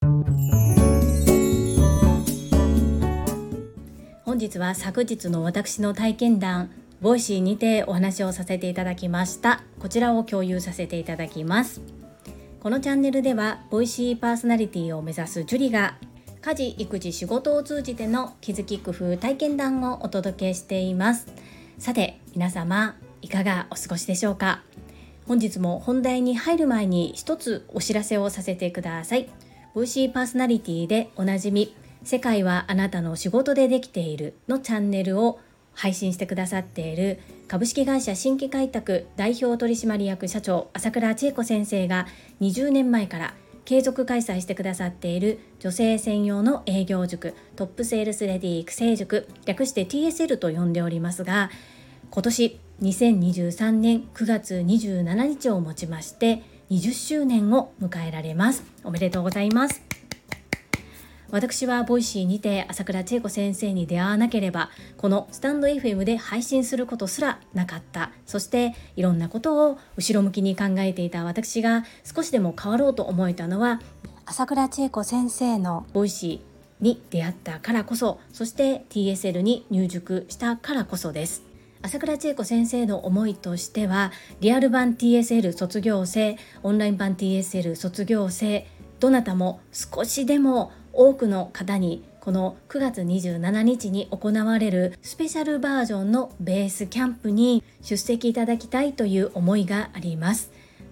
本日は昨日の私の体験談、ボイシーにてお話をさせていただきました。こちらを共有させていただきます。このチャンネルではボイシーパーソナリティを目指すジュリが家事・育児・仕事を通じての気づき・工夫・体験談をお届けしています。さて皆様いかがお過ごしでしょうか。本日も本題に入る前に一つお知らせをさせてください。ボイシーパーソナリティでおなじみ、世界はあなたの仕事でできているのチャンネルを配信してくださっている株式会社新規開拓代表取締役社長朝倉千恵子先生が20年前から継続開催してくださっている女性専用の営業塾、トップセールスレディ育成塾、略して TSL と呼んでおりますが、今年2023年9月27日をもちまして20周年を迎えられます。おめでとうございます。私はボイシーにて朝倉千恵子先生に出会わなければ、このスタンド FM で配信することすらなかった。そしていろんなことを後ろ向きに考えていた私が少しでも変わろうと思えたのは、朝倉千恵子先生のボイシーに出会ったからこそ、そして TSL に入塾したからこそです。朝倉千恵子先生の思いとしては、リアル版 TSL 卒業生、オンライン版 TSL 卒業生、どなたも少しでも多くの方にこの9月27日に行われるスペシャルバージョンのベースキャンプに出席いただきたいという思いがあります。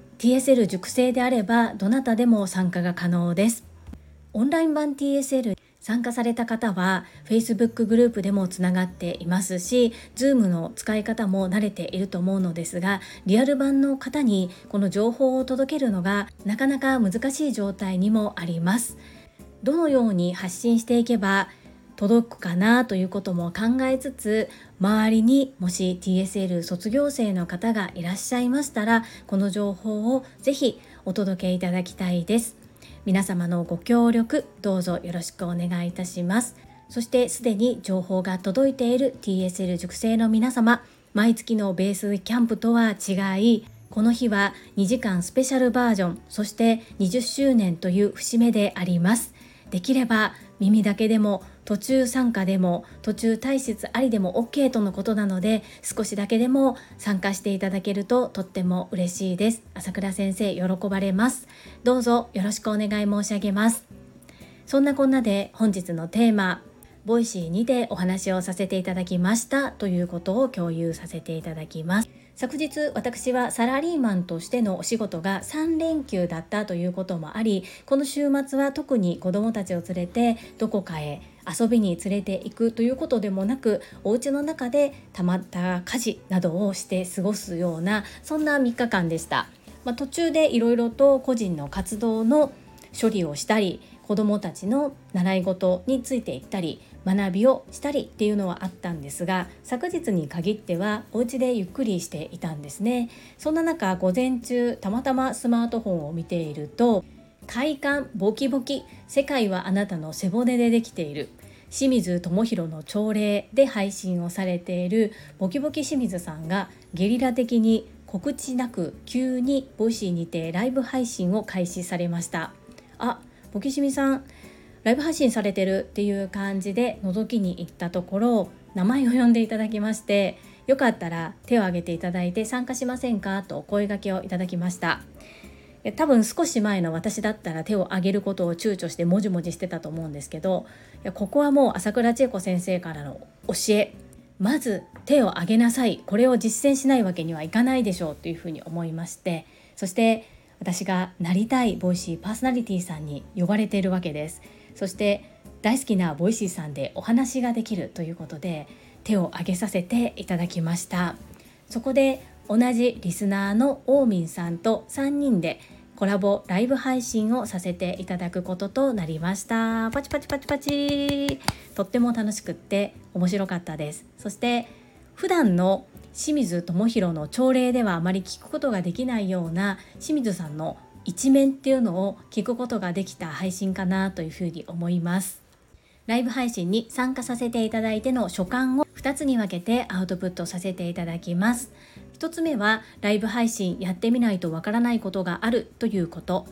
TSL 塾生であればどなたでも参加が可能です。オンライン版 TSL に参加された方は Facebook グループでもつながっていますし、 Zoom の使い方も慣れていると思うのですが、リアル版の方にこの情報を届けるのがなかなか難しい状態にもあります。どのように発信していけば届くかなということも考えつつ、周りにもし TSL 卒業生の方がいらっしゃいましたら、この情報をぜひお届けいただきたいです。皆様のご協力どうぞよろしくお願いいたします。そしてすでに情報が届いている TSL 塾生の皆様、毎月のベースキャンプとは違い、この日は2時間スペシャルバージョン、そして20周年という節目であります。できれば耳だけでも、途中参加でも、途中退出ありでも OK とのことなので、少しだけでも参加していただけるととっても嬉しいです。朝倉先生喜ばれます。どうぞよろしくお願い申し上げます。そんなこんなで本日のテーマ、ボイシーにてお話をさせていただきましたということを共有させていただきます。昨日私はサラリーマンとしてのお仕事が3連休だったということもあり、この週末は特に子どもたちを連れてどこかへ遊びに連れて行くということでもなく、お家の中でたまった家事などをして過ごすような、そんな3日間でした。途中でいろいろと個人の活動の処理をしたり、子どもたちの習い事についていったり、学びをしたりっていうのはあったんですが、昨日に限ってはお家でゆっくりしていたんですね。そんな中、午前中たまたまスマートフォンを見ていると、快感ボキボキ、世界はあなたの背骨でできている、清水智弘の朝礼で配信をされているボキボキ清水さんがゲリラ的に告知なく急にボイシーにてライブ配信を開始されました。ボキシミさんライブ配信されてるっていう感じで覗きに行ったところ、名前を呼んでいただきまして、よかったら手を挙げていただいて参加しませんかとお声掛けをいただきました。多分少し前の私だったら手を挙げることを躊躇してもじもじしてたと思うんですけど、ここはもう朝倉千恵子先生からの教え、まず手を挙げなさい、これを実践しないわけにはいかないでしょうというふうに思いまして、そして私がなりたいボイシーパーソナリティさんに呼ばれているわけです。そして大好きなボイシーさんでお話ができるということで手を挙げさせていただきました。そこで同じリスナーのオーミンさんと3人でコラボライブ配信をさせていただくこととなりました。パチパチパチパチ、とっても楽しくって面白かったです。そして普段の清水智弘の朝礼ではあまり聞くことができないような清水さんの一面っていうのを聞くことができた配信かなというふうに思います。ライブ配信に参加させていただいての所感を2つに分けてアウトプットさせていただきます。1つ目はライブ配信やってみないとわからないことがあるということ。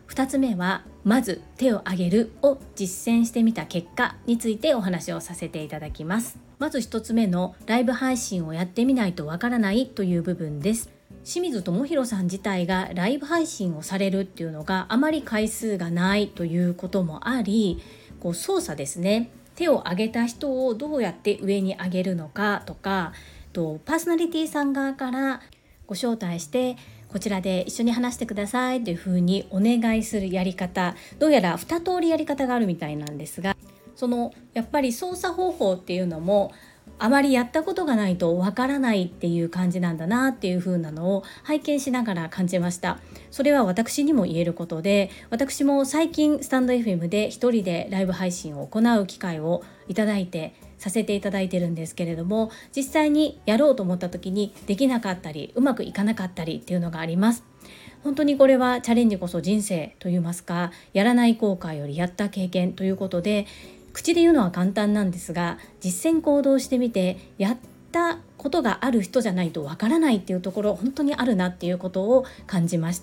2つ目はまず手を挙げるを実践してみた結果についてお話をさせていただきます。まず1つ目のライブ配信をやってみないとわからないという部分です。清水智弘さん自体がライブ配信をされるっていうのがあまり回数がないということもあり、操作ですね、手を挙げた人をどうやって上に上げるのかとか、パーソナリティさん側からご招待してこちらで一緒に話してくださいというふうにお願いするやり方、どうやら2通りやり方があるみたいなんですが、やっぱり操作方法っていうのもあまりやったことがないとわからないっていう感じなんだなっていう風なのを拝見しながら感じました。それは私にも言えることで、私も最近スタンド FM で一人でライブ配信を行う機会をさせていただいてるんですけれども、実際にやろうと思った時にできなかったりうまくいかなかったりっていうのがあります。本当にこれはチャレンジこそ人生といいますか、やらない後悔よりやった経験ということで、口で言うのは簡単なんですが、実践行動してみてやったことがある人じゃないとわからないっていうところ、本当にあるなっていうことを感じました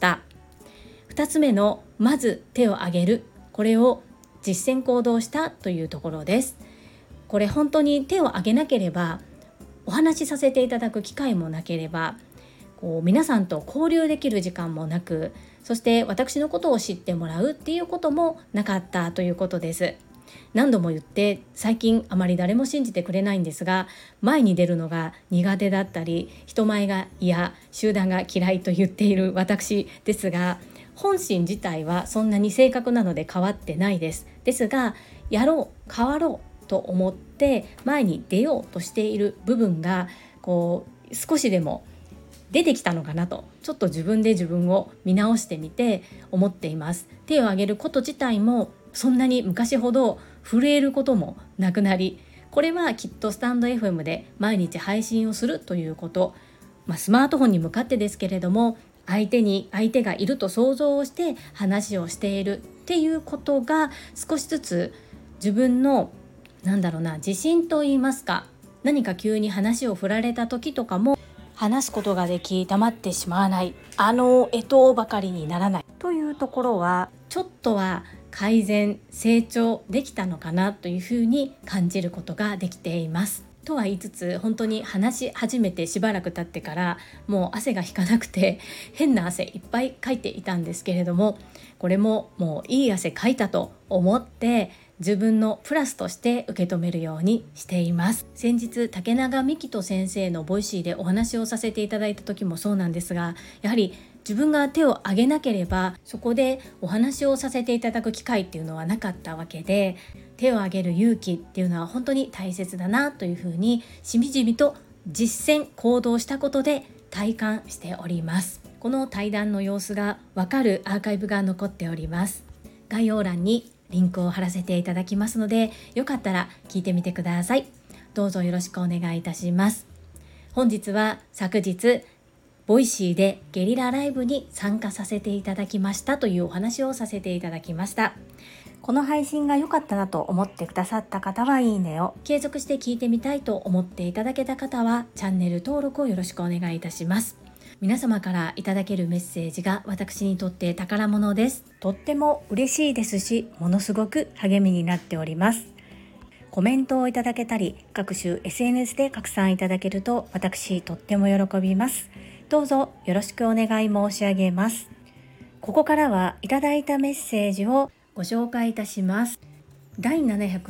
。2つ目のまず手を挙げる、これを実践行動したというところです。これ本当に手を挙げなければ、お話しさせていただく機会もなければ、皆さんと交流できる時間もなく、そして私のことを知ってもらうっていうこともなかったということです。何度も言って最近あまり誰も信じてくれないんですが、前に出るのが苦手だったり人前が嫌、集団が嫌いと言っている私ですが、本心自体はそんなに正確なので変わってないです。ですが、やろう変わろうと思って前に出ようとしている部分が少しでも出てきたのかなと、ちょっと自分で自分を見直してみて思っています。手を挙げること自体もそんなに昔ほど震えることもなくなり、これはきっとスタンド FM で毎日配信をするということ、スマートフォンに向かってですけれども、相手がいると想像をして話をしているっていうことが少しずつ自分の自信といいますか、何か急に話を振られた時とかも話すことができ、黙ってしまわない、ばかりにならないというところはちょっとは改善成長できたのかなというふうに感じることができています。とは言いつつ、本当に話し始めてしばらく経ってからもう汗が引かなくて変な汗いっぱいかいていたんですけれども、これももういい汗かいたと思って自分のプラスとして受け止めるようにしています。先日竹永美希人先生のボイシーでお話をさせていただいた時もそうなんですが、やはり自分が手を挙げなければそこでお話をさせていただく機会っていうのはなかったわけで、手を挙げる勇気っていうのは本当に大切だなというふうにしみじみと実践行動したことで体感しております。この対談の様子がわかるアーカイブが残っております。概要欄にリンクを貼らせていただきますので、よかったら聞いてみてください。どうぞよろしくお願いいたします。本日は昨日ボイシーでゲリラライブに参加させていただきましたというお話をさせていただきました。この配信が良かったなと思ってくださった方はいいねを、継続して聞いてみたいと思っていただけた方はチャンネル登録をよろしくお願いいたします。皆様からいただけるメッセージが私にとって宝物です。とっても嬉しいですし、ものすごく励みになっております。コメントをいただけたり、各種 SNS で拡散いただけると私とっても喜びます。どうぞよろしくお願い申し上げます。ここからはいただいたメッセージをご紹介いたします。第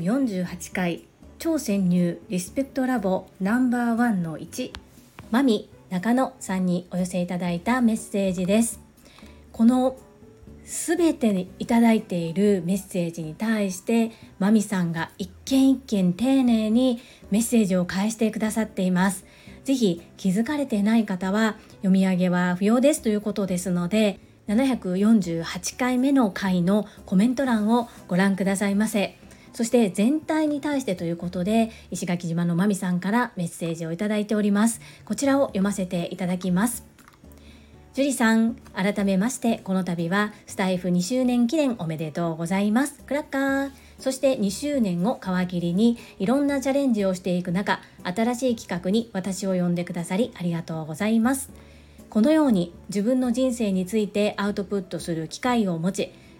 748回超潜入リスペクトラボNo.1の1、マミ中野さんにお寄せいただいたメッセージです。このすべてにいただいているメッセージに対してマミさんが一件一件丁寧にメッセージを返してくださっています。ぜひ気づかれてない方は読み上げは不要ですということですので、748回目の回のコメント欄をご覧くださいませ。そして全体に対してということで、石垣島のまみさんからメッセージをいただいております。こちらを読ませていただきます。ジュリさん、改めましてこの度はスタイフ2周年記念おめでとうございます。クラッカー。そして2周年を皮切りにいろんなチャレンジをしていく中、新しい企画に私を呼んでくださりありがとうございます。このように自分の人生についてアウトプットする機会を持ち、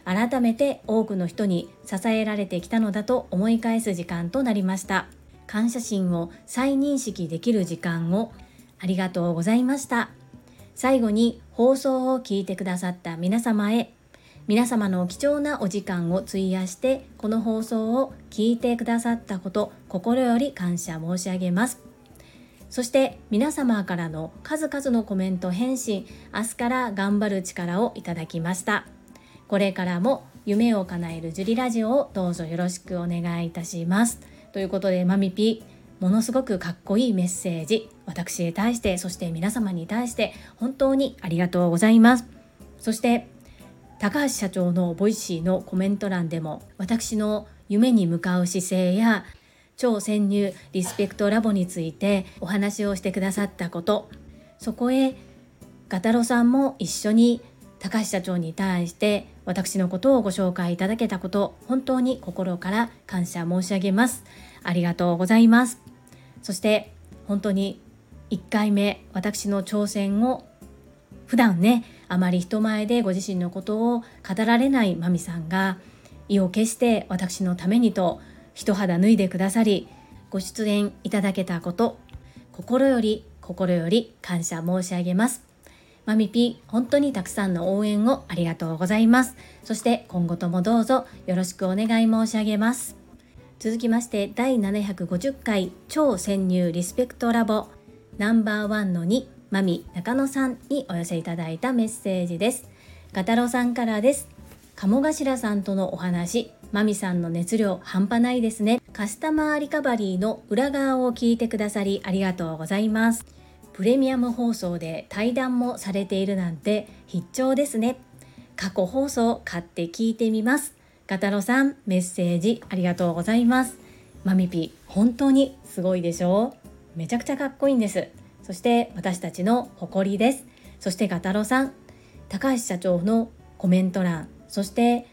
改めて多くの人に支えられてきたのだと思い返す時間となりました。感謝心を再認識できる時間をありがとうございました。最後に放送を聞いてくださった皆様へ、皆様の貴重なお時間を費やしてこの放送を聞いてくださったこと、心より感謝申し上げます。そして皆様からの数々のコメント返信、明日から頑張る力をいただきました。これからも夢を叶えるジュリラジオをどうぞよろしくお願いいたします。ということでマミピものすごくかっこいいメッセージ、私へ対して、そして皆様に対して本当にありがとうございます。そして高橋社長のボイシーのコメント欄でも、私の夢に向かう姿勢や超潜入リスペクトラボについてお話をしてくださったこと、そこへガタロさんも一緒に高橋社長に対して私のことをご紹介いただけたこと、本当に心から感謝申し上げます。ありがとうございます。そして本当に1回目、私の挑戦を普段ね、あまり人前でご自身のことを語られないマミさんが意を決して私のためにと一肌脱いでくださり、ご出演いただけたこと、心より感謝申し上げます。マミピ、本当にたくさんの応援をありがとうございます。そして今後ともどうぞよろしくお願い申し上げます。続きまして第750回超潜入リスペクトラボナンバー1の2、マミ中野さんにお寄せいただいたメッセージです。ガタロさんからです。鴨頭さんとのお話、マミさんの熱量半端ないですね。カスタマーリカバリーの裏側を聞いてくださりありがとうございます。プレミアム放送で対談もされているなんて必聴ですね。過去放送買って聞いてみます。ガタロさん、メッセージありがとうございます。マミピ、本当にすごいでしょう。めちゃくちゃかっこいいんです。そして私たちの誇りです。そしてガタロさん、高橋社長のコメント欄、そして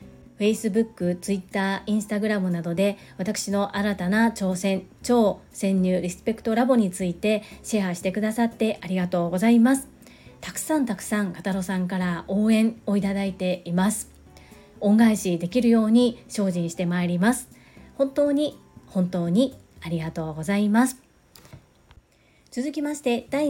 Facebook、Twitter、Instagram などで私の新たな挑戦、超潜入リスペクトラボについてシェアしてくださってありがとうございます。たくさんガタロさんから応援をいただいています。恩返しできるように精進してまいります。本当にありがとうございます。続きまして第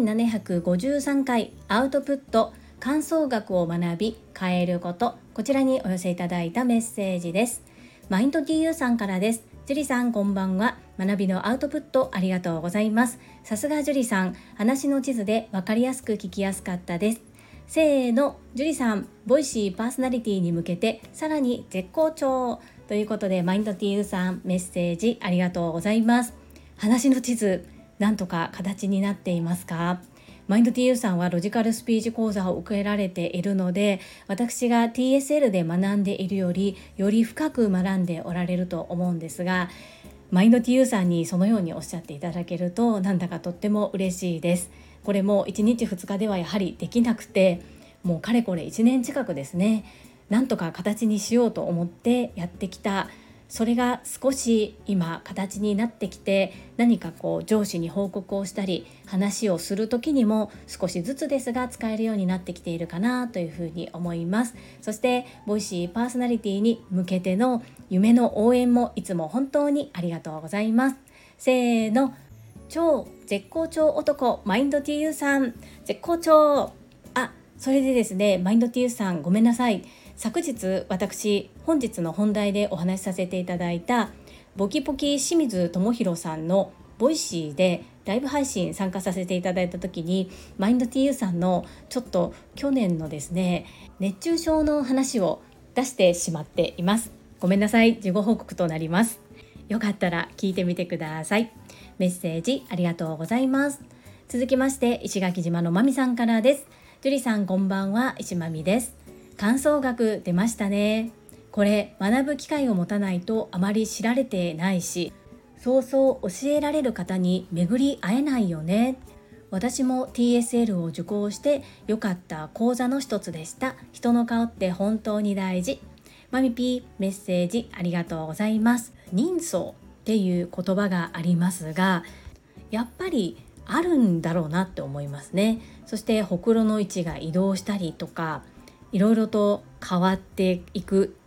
753回アウトプット感想学を学び変えること、こちらにお寄せいただいたメッセージです。マインド TU さんからです。ジュリさんこんばんは。学びのアウトプットありがとうございます。さすがジュリさん、話の地図で分かりやすく聞きやすかったです。せーの、ジュリさん、ボイシーパーソナリティに向けてさらに絶好調ということで、マインド TU さんメッセージありがとうございます。話の地図、なんとか形になっていますか？マインド TU さんはロジカルスピーチ講座を受けられているので、私が TSL で学んでいるより深く学んでおられると思うんですが、マインド TU さんにそのようにおっしゃっていただけるとなんだかとっても嬉しいです。これも1日2日ではやはりできなくて、もうかれこれ1年近くですね、なんとか形にしようと思ってやってきた。それが少し今形になってきて、何か上司に報告をしたり話をする時にも少しずつですが使えるようになってきているかなというふうに思います。そしてボイシーパーソナリティに向けての夢の応援もいつも本当にありがとうございます。せーの、超絶好調男マインド TU さん、絶好調。それでですね、マインド TU さんごめんなさい。昨日私本日の本題でお話しさせていただいたボキポキ清水智弘さんのボイシーでライブ配信参加させていただいた時に、マインド TU さんのちょっと去年のですね熱中症の話を出してしまっています。ごめんなさい、事後報告となります。よかったら聞いてみてください。メッセージありがとうございます。続きまして石垣島のまみさんからです。ジュリさんこんばんは、石まみです。感想学出ましたね。これ学ぶ機会を持たないとあまり知られてないし、そうそう教えられる方に巡り会えないよね。私も TSL を受講してよかった講座の一つでした。人の顔って本当に大事。マミピーメッセージありがとうございます。人相っていう言葉がありますが、やっぱりあるんだろうなって思いますね。そしてほくろの位置が移動したりとか、いろいろと変わっていくっ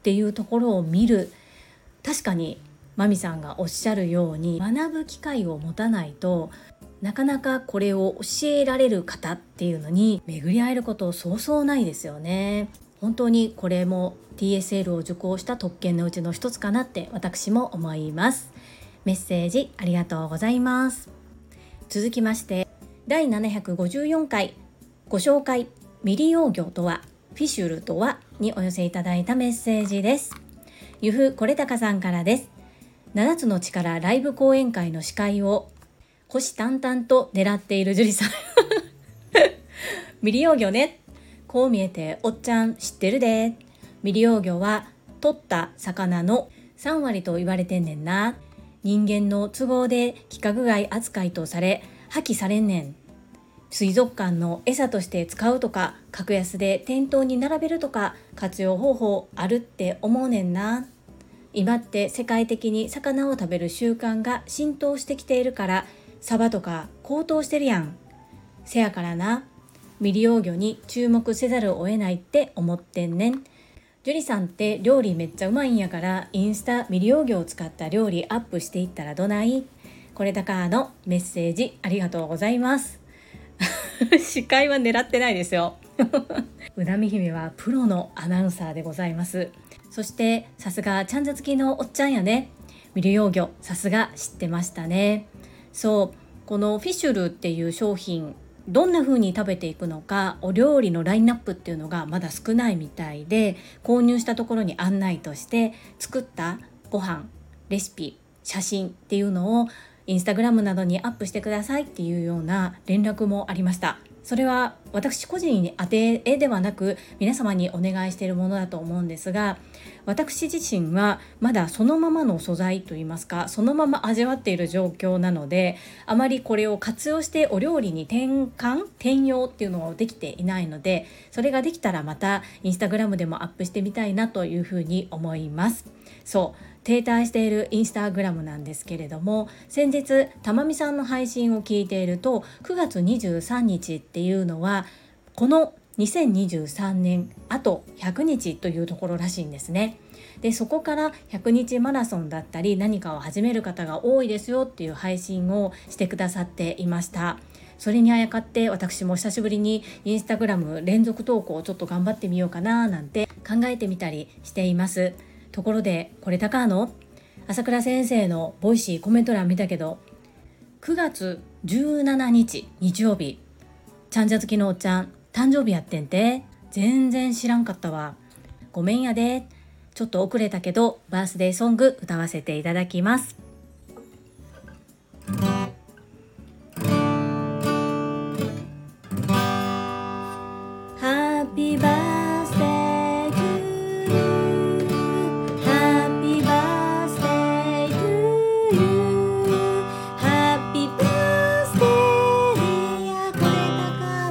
っていうところを見る。確かにマミさんがおっしゃるように、学ぶ機会を持たないとなかなかこれを教えられる方っていうのに巡り合えることそうそうないですよね。本当にこれも TSL を受講した特権のうちの一つかなって私も思います。メッセージありがとうございます。続きまして第754回ご紹介、未利用魚とはフィシュルとはにお寄せいただいたメッセージです。ゆふこれたかさんからです。7つの力ライブ講演会の司会を虎視眈々と狙っている樹里さん未利用魚ね、こう見えておっちゃん知ってるで。未利用魚は取った魚の3割と言われてんねんな。人間の都合で規格外扱いとされ破棄されんねん。水族館の餌として使うとか、格安で店頭に並べるとか、活用方法あるって思うねんな。今って世界的に魚を食べる習慣が浸透してきているから、サバとか高騰してるやん。せやからな、未利用魚に注目せざるを得ないって思ってんねん。ジュリさんって料理めっちゃうまいんやから、インスタ未利用魚を使った料理アップしていったらどない？これだからのメッセージありがとうございます。司会は狙ってないですよ。うなみ姫はプロのアナウンサーでございます。そしてさすがちゃんざ好きのおっちゃんやね。未利用魚さすが知ってましたね。そう、このフィッシュルっていう商品、どんな風に食べていくのか、お料理のラインナップっていうのがまだ少ないみたいで、購入したところに案内として作ったご飯レシピ、写真っていうのをインスタグラムなどにアップしてくださいっていうような連絡もありました。それは私個人に当てではなく、皆様にお願いしているものだと思うんですが、私自身はまだそのままの素材といいますか、そのまま味わっている状況なので、あまりこれを活用してお料理に転用っていうのができていないので、それができたらまたインスタグラムでもアップしてみたいなというふうに思います。そう停滞しているインスタグラムなんですけれども、先日たまみさんの配信を聞いていると、9月23日っていうのはこの2023年あと100日というところらしいんですね。でそこから100日マラソンだったり何かを始める方が多いですよっていう配信をしてくださっていました。それにあやかって私も久しぶりにインスタグラム連続投稿をちょっと頑張ってみようかななんて考えてみたりしています。ところでこれ高の朝倉先生のボイシーコメント欄見たけど、9月17日日曜日、ちゃんじゃ好きのおっちゃん誕生日やってんて。全然知らんかったわ。ごめんやで。ちょっと遅れたけどバースデーソング歌わせていただきます。Happy birthday to you, Happy birthday to you, Happy birthday dear これたか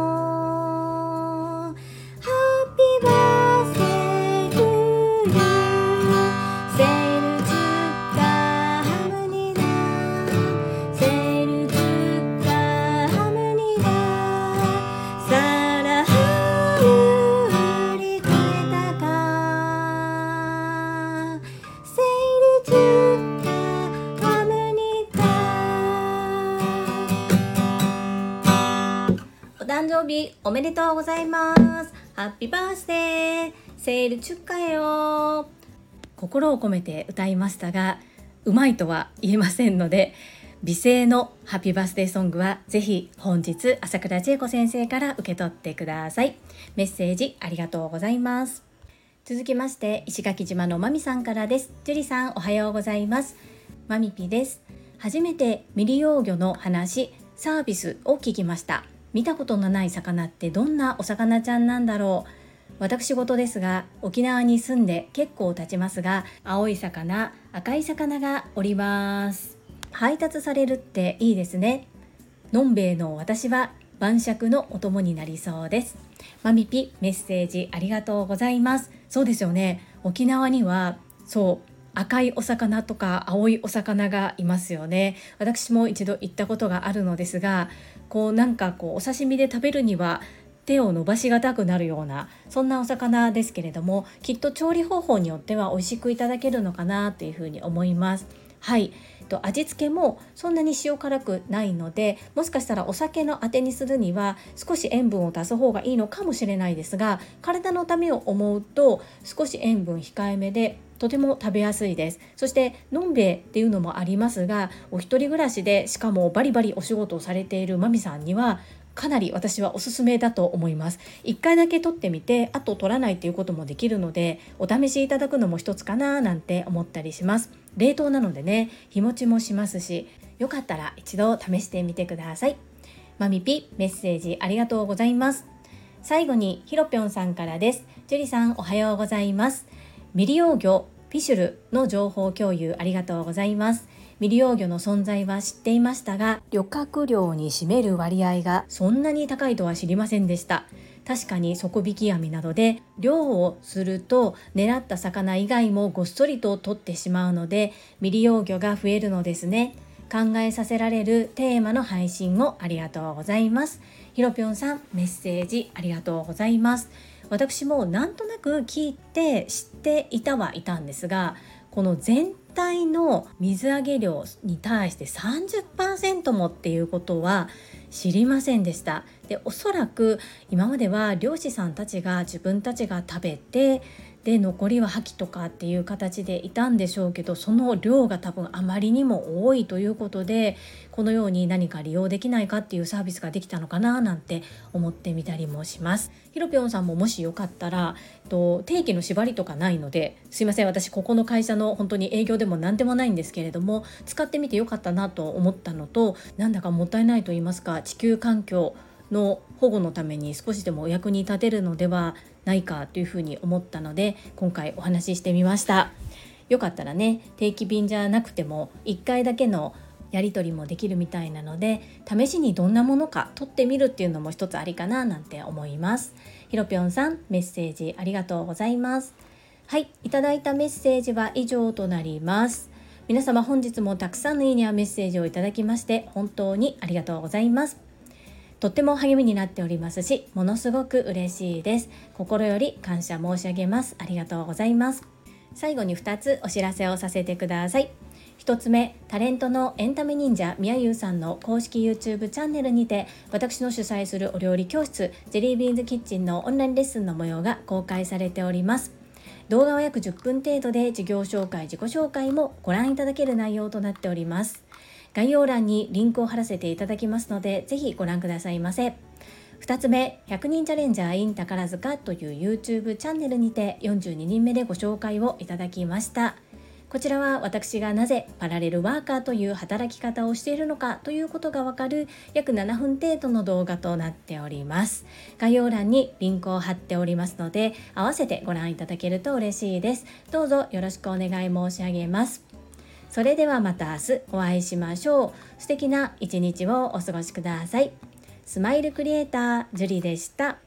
の Happy birthday to you, 생일 축하합니다, 생일 축하합니다, 사랑하는 우리これたか생일 축하합니다。お誕生日おめでとうございます。ハッピーバースデー、セールチュッカよ。心を込めて歌いましたが、うまいとは言えませんので、美声のハッピーバースデーソングはぜひ本日朝倉千恵子先生から受け取ってください。メッセージありがとうございます。続きまして石垣島のまみさんからです。ジュリさんおはようございます。まみぴです。初めて未利用魚の話、サービスを聞きました。見たことのない魚ってどんなお魚ちゃんなんだろう。私事ですが、沖縄に住んで結構経ちますが、青い魚、赤い魚がおります。配達されるっていいですね。のんべえの私は晩酌のお供になりそうです。まみぴメッセージありがとうございます。そうですよね。沖縄にはそう赤いお魚とか青いお魚がいますよね。私も一度行ったことがあるのですが、なんかお刺身で食べるには手を伸ばしがたくなるようなそんなお魚ですけれども、きっと調理方法によっては美味しくいただけるのかなというふうに思います。はい、味付けもそんなに塩辛くないので、もしかしたらお酒のあてにするには少し塩分を足す方がいいのかもしれないですが、体のためを思うと少し塩分控えめでとても食べやすいです。そしてのんべえっていうのもありますが、お一人暮らしでしかもバリバリお仕事をされているマミさんにはかなり私はおすすめだと思います。一回だけ取ってみて、あと取らないっていうこともできるので、お試しいただくのも一つかななんて思ったりします。冷凍なのでね、日持ちもしますし、よかったら一度試してみてください。マミピメッセージありがとうございます。最後にひろぴょんさんからです。ジュリさんおはようございます。未利用魚フィシュルの情報共有ありがとうございます。未利用魚の存在は知っていましたが、漁獲量に占める割合がそんなに高いとは知りませんでした。確かに底引き網などで漁をすると狙った魚以外もごっそりと取ってしまうので、未利用魚が増えるのですね。考えさせられるテーマの配信をありがとうございます。ひろぴょんさんメッセージありがとうございます。私もなんとなく聞いて知っていたはいたんですが、この全体の水揚げ量に対して 30% もっていうことは知りませんでした。で、おそらく今までは漁師さんたちが自分たちが食べて、で残りは破棄とかっていう形でいたんでしょうけど、その量が多分あまりにも多いということで、このように何か利用できないかっていうサービスができたのかななんて思ってみたりもします。ひろぴょんさんももしよかったら、定期の縛りとかないので、すいません、私ここの会社の本当に営業でも何でもないんですけれども、使ってみてよかったなと思ったのと、なんだかもったいないと言いますか、地球環境の保護のために少しでもお役に立てるのではないかというふうに思ったので、今回お話ししてみました。よかったらね、定期便じゃなくても1回だけのやり取りもできるみたいなので、試しにどんなものか撮ってみるっていうのも一つありかななんて思います。ひろぴょんさんメッセージありがとうございます。はい、いただいたメッセージは以上となります。皆様本日もたくさんのいいねやメッセージをいただきまして本当にありがとうございます。とっても励みになっておりますし、ものすごく嬉しいです。心より感謝申し上げます。ありがとうございます。最後に2つお知らせをさせてください。1つ目、タレントのエンタメ忍者みやゆうさんの公式 YouTube チャンネルにて、私の主催するお料理教室ジェリービーンズキッチンのオンラインレッスンの模様が公開されております。動画は約10分程度で、事業紹介自己紹介もご覧いただける内容となっております。概要欄にリンクを貼らせていただきますので、ぜひご覧くださいませ。2つ目、100人チャレンジャー in 宝塚という YouTube チャンネルにて42人目でご紹介をいただきました。こちらは私がなぜパラレルワーカーという働き方をしているのかということがわかる約7分程度の動画となっております。概要欄にリンクを貼っておりますので、合わせてご覧いただけると嬉しいです。どうぞよろしくお願い申し上げます。それではまた明日お会いしましょう。素敵な一日をお過ごしください。スマイルクリエイタージュリでした。